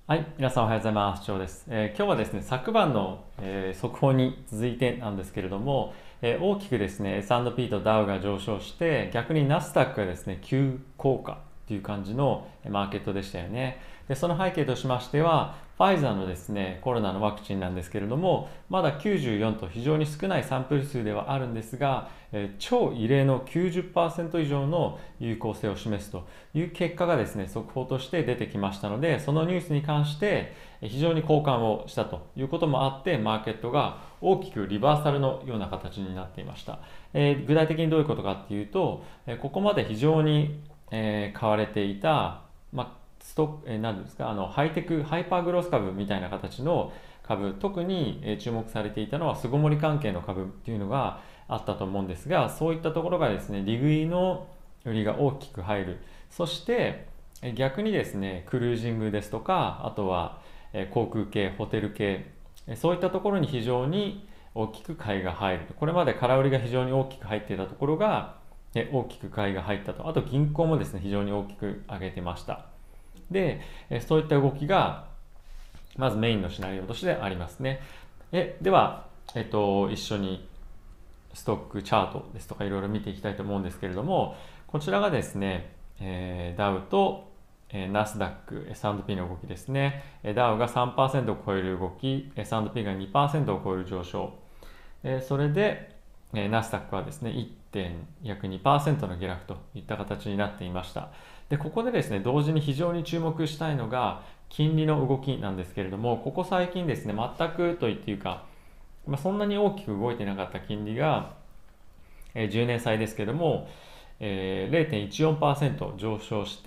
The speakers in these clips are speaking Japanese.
はい、皆さんおはようございます。長です。今日はですね、昨晩の、速報に続いてなんですけれども、大きくですね、S&P とダウが上昇して、逆にナスダックがですね、急降下という感じのマーケットでしたよね。で、その背景としましては、ファイザーのですね、コロナのワクチンなんですけれども、まだ94と非常に少ないサンプル数ではあるんですが、超異例の90%以上の有効性を示すという結果がですね、速報として出てきましたので、そのニュースに関して非常に好感をしたということもあって、マーケットが大きくリバーサルのような形になっていました。具体的にどういうことかっていうと、ここまで非常に、買われていた、ストック、何ですか、ハイテク、ハイパーグロース株みたいな形の株、特に注目されていたのは巣ごもり関係の株っていうのがあったと思うんですが、そういったところがですね、利食いの売りが大きく入る。そして逆にですね、クルージングですとか、あとは航空系、ホテル系、そういったところに非常に大きく買いが入る。これまで空売りが非常に大きく入っていたところが大きく買いが入ったと。あと銀行もですね、非常に大きく上げてました。で、そういった動きがまずメインのシナリオとしてありますね。では、一緒にストックチャートですとかいろいろ見ていきたいと思うんですけれども、こちらがですね、ダウとナスダック、S&P の動きですね。ダウが 3% を超える動き、S&P が 2% を超える上昇。それで、ナスダックはですね、約2%の下落といった形になっていました。で、ここでですね、同時に非常に注目したいのが、金利の動きなんですけれども、ここ最近ですね、全くと言っていうか、そんなに大きく動いてなかった金利が、10年債ですけども、0.14% 上昇して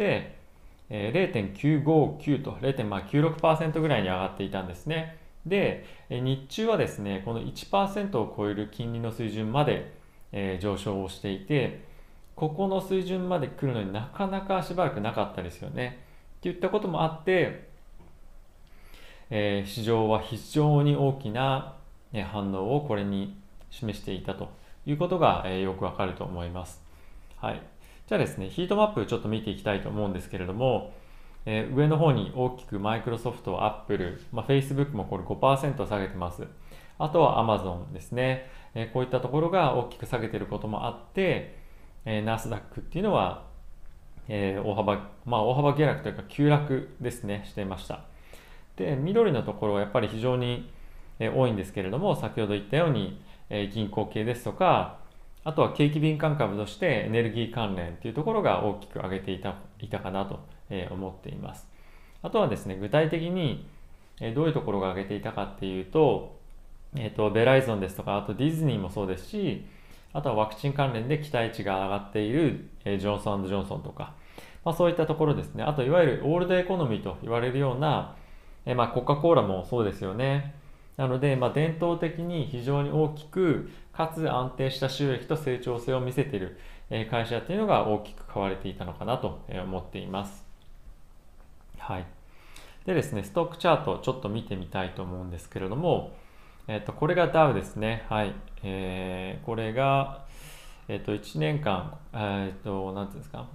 、0.959と0.96% ぐらいに上がっていたんですね。で、日中はですね、この1%を超える金利の水準まで、上昇をしていて、ここの水準まで来るのになかなかしばらくなかったですよね。っていったこともあって、市場は非常に大きな反応をこれに示していたということがよくわかると思います。はい。じゃあですね、ヒートマップちょっと見ていきたいと思うんですけれども、上の方に大きくマイクロソフト、アップル、Facebook もこれ5%下げてます。あとは Amazon ですね。こういったところが大きく下げていることもあって、ナスダックっていうのは、大幅下落というか急落ですね、していました。で、緑のところはやっぱり非常に多いんですけれども、先ほど言ったように銀行系ですとか、あとは景気敏感株としてエネルギー関連というところが大きく上げていたかなと思っています。あとはですね、具体的にどういうところが上げていたかっていうと、ベライゾンですとか、あとディズニーもそうですし、あとはワクチン関連で期待値が上がっているジョンソンジョンソンとか、そういったところですね。あといわゆるオールドエコノミーと言われるようなコカ・コーラもそうですよね。なので、伝統的に非常に大きく、かつ安定した収益と成長性を見せている会社っていうのが大きく買われていたのかなと思っています。はい。でですね、ストックチャートちょっと見てみたいと思うんですけれども、これがダウですね。はい。これが、1年間、なんていうんですか、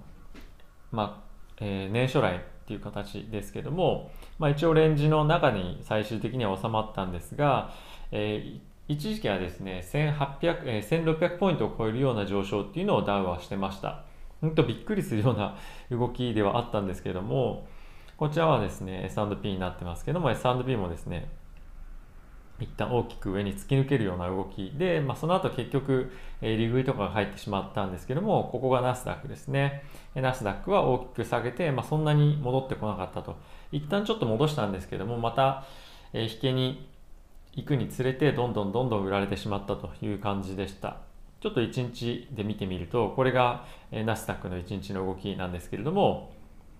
年初来っていう形ですけども、一応レンジの中に最終的には収まったんですが、一時期はですね、1800、1600ポイントを超えるような上昇っていうのをダウはしてました。本当びっくりするような動きではあったんですけども、こちらはですね、S&P になってますけども、S&P もですね、一旦大きく上に突き抜けるような動きで、その後結局、利食いとかが入ってしまったんですけども、ここがナスダックですね。ナスダックは大きく下げて、そんなに戻ってこなかったと。一旦ちょっと戻したんですけども、また、引けに行くにつれて、どんどん売られてしまったという感じでした。ちょっと1日で見てみると、これがナスダックの1日の動きなんですけれども、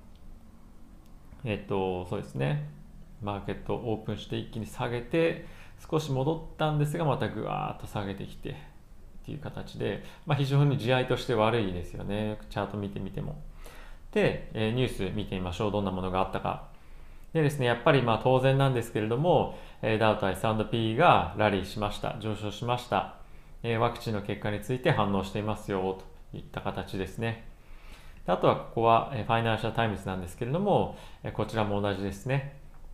そうですね。マーケットをオープンして一気に下げて、少し戻ったんですが、またぐわーっと下げてきてっていう形で、非常に地合いとして悪いですよね。チャート見てみても。で、ニュース見てみましょう。どんなものがあったか。でですね、やっぱり当然なんですけれども、ダウと S&P がラリーしました。上昇しました。ワクチンの結果について反応していますよといった形ですね。あとはここはファイナンシャルタイムズなんですけれども、こちらも同じですね。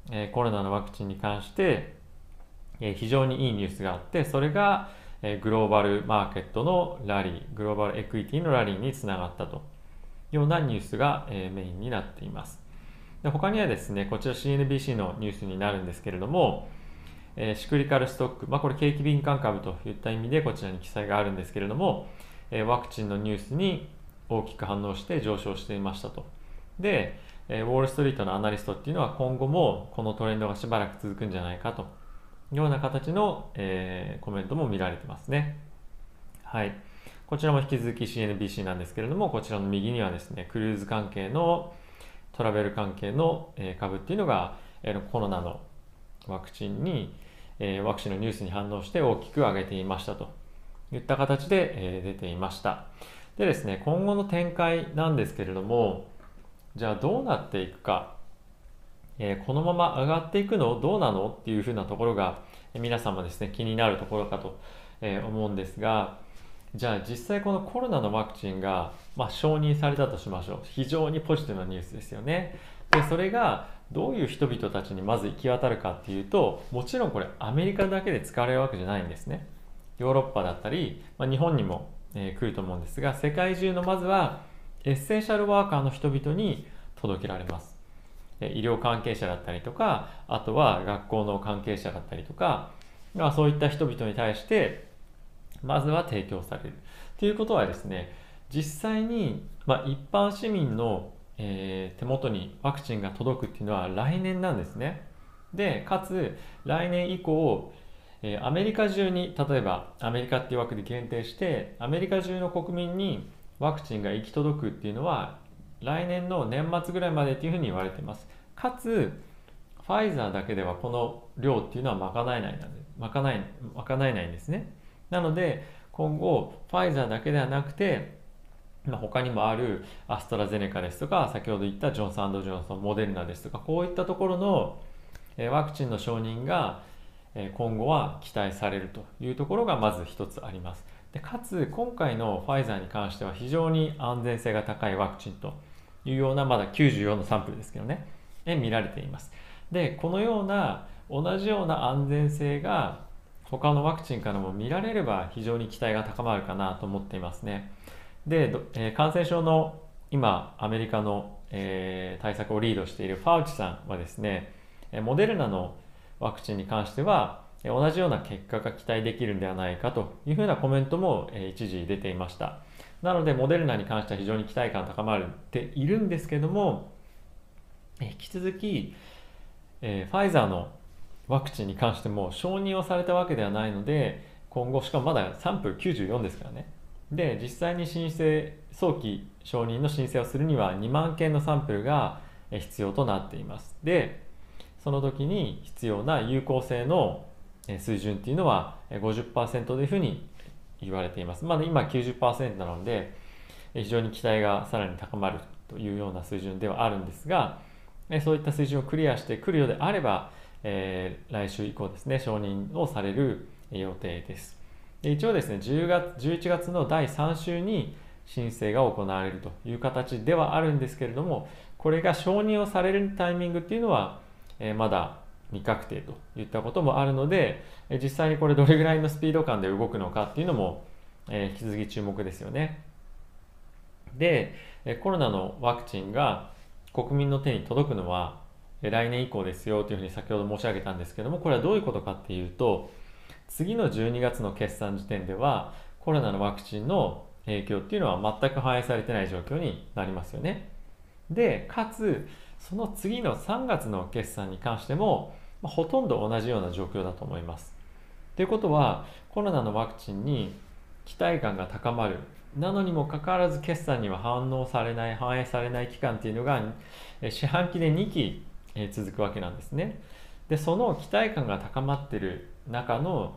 コロナのワクチンに関して非常にいいニュースがあって、それがグローバルマーケットのラリー、グローバルエクイティのラリーにつながったというようなニュースがメインになっています。で、他にはですね、こちら CNBC のニュースになるんですけれども、シクリカルストック、これ景気敏感株といった意味でこちらに記載があるんですけれども、ワクチンのニュースに大きく反応して上昇していましたと。で、ウォールストリートのアナリストっていうのは今後もこのトレンドがしばらく続くんじゃないかというような形の、コメントも見られてますね。はい。こちらも引き続き CNBC なんですけれども、こちらの右にはですね、クルーズ関係のトラベル関係の株っていうのがコロナのワクチンのニュースに反応して大きく上げていましたといった形で出ていました。でですね、今後の展開なんですけれども、じゃあどうなっていくか、このまま上がっていくのどうなのっていうふうなところが皆さんもですね気になるところかと思うんですが、じゃあ実際このコロナのワクチンが、承認されたとしましょう。非常にポジティブなニュースですよね。で、それがどういう人々たちにまず行き渡るかっていうと、もちろんこれアメリカだけで使われるわけじゃないんですね。ヨーロッパだったり、日本にも、来ると思うんですが、世界中のまずはエッセンシャルワーカーの人々に届けられます。医療関係者だったりとか、あとは学校の関係者だったりとか、そういった人々に対してまずは提供されるということはですね、実際に、一般市民の、手元にワクチンが届くっていうのは来年なんですね。で、かつ来年以降、アメリカ中に、例えばアメリカっていう枠で限定してアメリカ中の国民にワクチンが行き届くっていうのは来年の年末ぐらいまでっていうふうに言われています。かつファイザーだけではこの量っていうのは賄えないんですね。なので今後ファイザーだけではなくて、他にもあるアストラゼネカですとか、先ほど言ったジョンソン&ジョンソン、モデルナですとか、こういったところのワクチンの承認が今後は期待されるというところがまず一つあります。で、かつ今回のファイザーに関しては非常に安全性が高いワクチンというような、まだ94のサンプルですけどね、見られています。で、このような同じような安全性が他のワクチンからも見られれば非常に期待が高まるかなと思っていますね。で、感染症の今アメリカの、対策をリードしているファウチさんはですね、モデルナのワクチンに関しては同じような結果が期待できるんではないかというふうなコメントも一時出ていました。なのでモデルナに関しては非常に期待感高まっているんですけども、引き続きファイザーのワクチンに関しても承認をされたわけではないので、今後しかもまだサンプル94ですからね。で、実際に早期承認の申請をするには2万件のサンプルが必要となっています。で、その時に必要な有効性の水準っていうのは 50% というふうに言われています。まだ今 90% なので非常に期待がさらに高まるというような水準ではあるんですが、そういった水準をクリアしてくるようであれば、来週以降ですね、承認をされる予定です。で、一応ですね、11月の第3週に申請が行われるという形ではあるんですけれども、これが承認をされるタイミングっていうのは、まだ未確定といったこともあるので、実際にこれどれぐらいのスピード感で動くのかっていうのも、引き続き注目ですよね。で、コロナのワクチンが国民の手に届くのは来年以降ですよというふうに先ほど申し上げたんですけども、これはどういうことかっていうと、次の12月の決算時点ではコロナのワクチンの影響っていうのは全く反映されてない状況になりますよね。で、かつその次の3月の決算に関しても、ほとんど同じような状況だと思います。ということは、コロナのワクチンに期待感が高まる、なのにもかかわらず決算には反映されない期間っていうのが四半期で2期続くわけなんですね。で、その期待感が高まっている中の、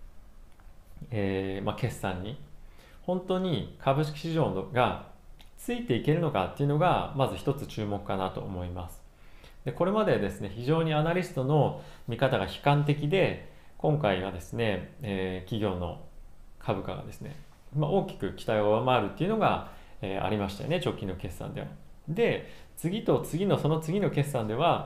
決算に本当に株式市場がついていけるのかっていうのがまず一つ注目かなと思います。で、これまでですね、非常にアナリストの見方が悲観的で、今回はですね、企業の株価がですね、大きく期待を上回るっていうのが、ありましたよね、直近の決算では。で、次と次のその次の決算では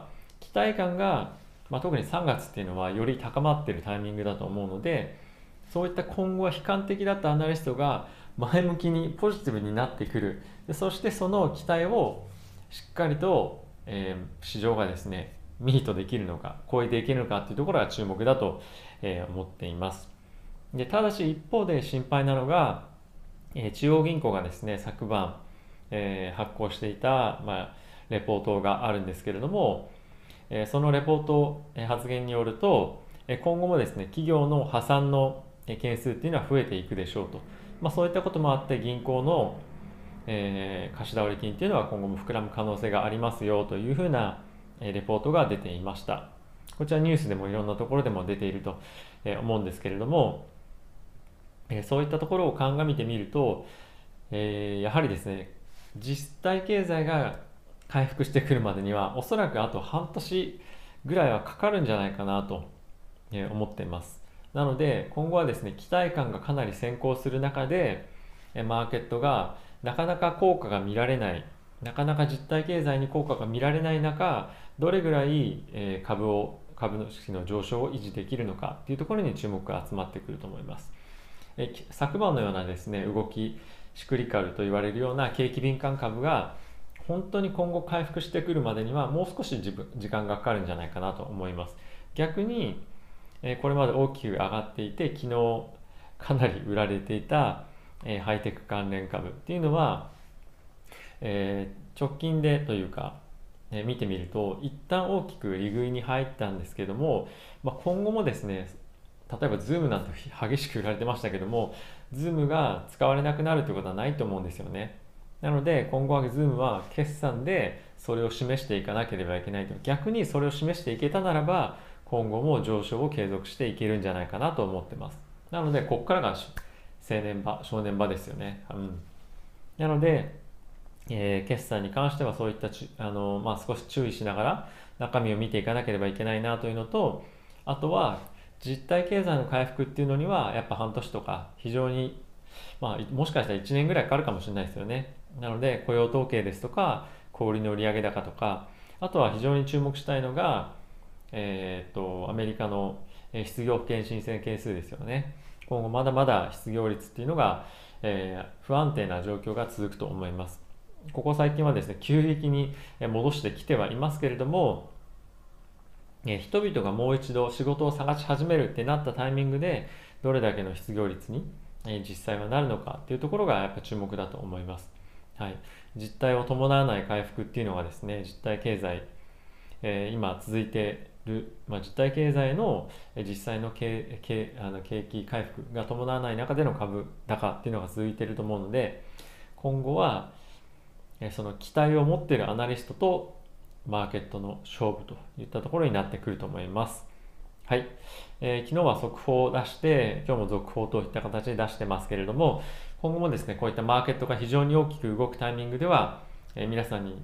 期待感が、特に3月っていうのはより高まっているタイミングだと思うので、そういった今後は悲観的だったアナリストが前向きにポジティブになってくる。でそしてその期待をしっかりと、市場がですねミートできるのか超えていけるのかというところが注目だと、思っています。でただし一方で心配なのが、中央銀行がですね昨晩、発行していた、レポートがあるんですけれども、そのレポート、発言によると、今後もですね企業の破産の件数っていうのは増えていくでしょうと、そういったこともあって銀行の、貸し倒れ金っていうのは今後も膨らむ可能性がありますよというふうなレポートが出ていました。こちらニュースでもいろんなところでも出ていると思うんですけれども、そういったところを鑑みてみると、やはりですね実体経済が回復してくるまでにはおそらくあと半年ぐらいはかかるんじゃないかなと思っています。なので今後はですね期待感がかなり先行する中でマーケットがなかなか効果が見られない、なかなか実体経済に効果が見られない中、どれぐらい株主の上昇を維持できるのかというところに注目が集まってくると思います。昨晩のようなですね動き、シクリカルと言われるような景気敏感株が本当に今後回復してくるまでにはもう少し時間がかかるんじゃないかなと思います。逆にこれまで大きく上がっていて昨日かなり売られていたハイテク関連株っていうのは直近でというか見てみると一旦大きく利食いに入ったんですけども、今後もですね例えば Zoom なんて激しく売られてましたけども Zoom が使われなくなるということはないと思うんですよね。なので今後は Zoom は決算でそれを示していかなければいけないと、逆にそれを示していけたならば今後も上昇を継続していけるんじゃないかなと思ってます。なのでここからが正念場ですよね。なので、決算に関してはそういった少し注意しながら中身を見ていかなければいけないなというのと、あとは実体経済の回復っていうのにはやっぱ半年とか非常に、もしかしたら1年ぐらいかかるかもしれないですよね。なので雇用統計ですとか小売の売上高とか、あとは非常に注目したいのが、アメリカの失業保険申請件数ですよね。今後まだまだ失業率っていうのが、不安定な状況が続くと思います。ここ最近はですね急激に戻してきてはいますけれども、人々がもう一度仕事を探し始めるってなったタイミングでどれだけの失業率に実際はなるのかっていうところがやっぱ注目だと思います。はい、実態を伴わない回復っていうのがですね実体経済、今続いている、実体経済の実際の景気回復が伴わない中での株高っていうのが続いていると思うので、今後はその期待を持っているアナリストとマーケットの勝負といったところになってくると思います。はい、昨日は速報を出して今日も続報といった形で出してますけれども、今後もですねこういったマーケットが非常に大きく動くタイミングでは、皆さんに、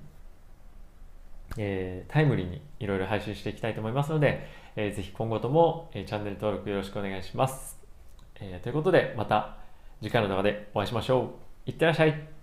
タイムリーにいろいろ配信していきたいと思いますので、ぜひ今後とも、チャンネル登録よろしくお願いします。ということでまた次回の動画でお会いしましょう。いってらっしゃい。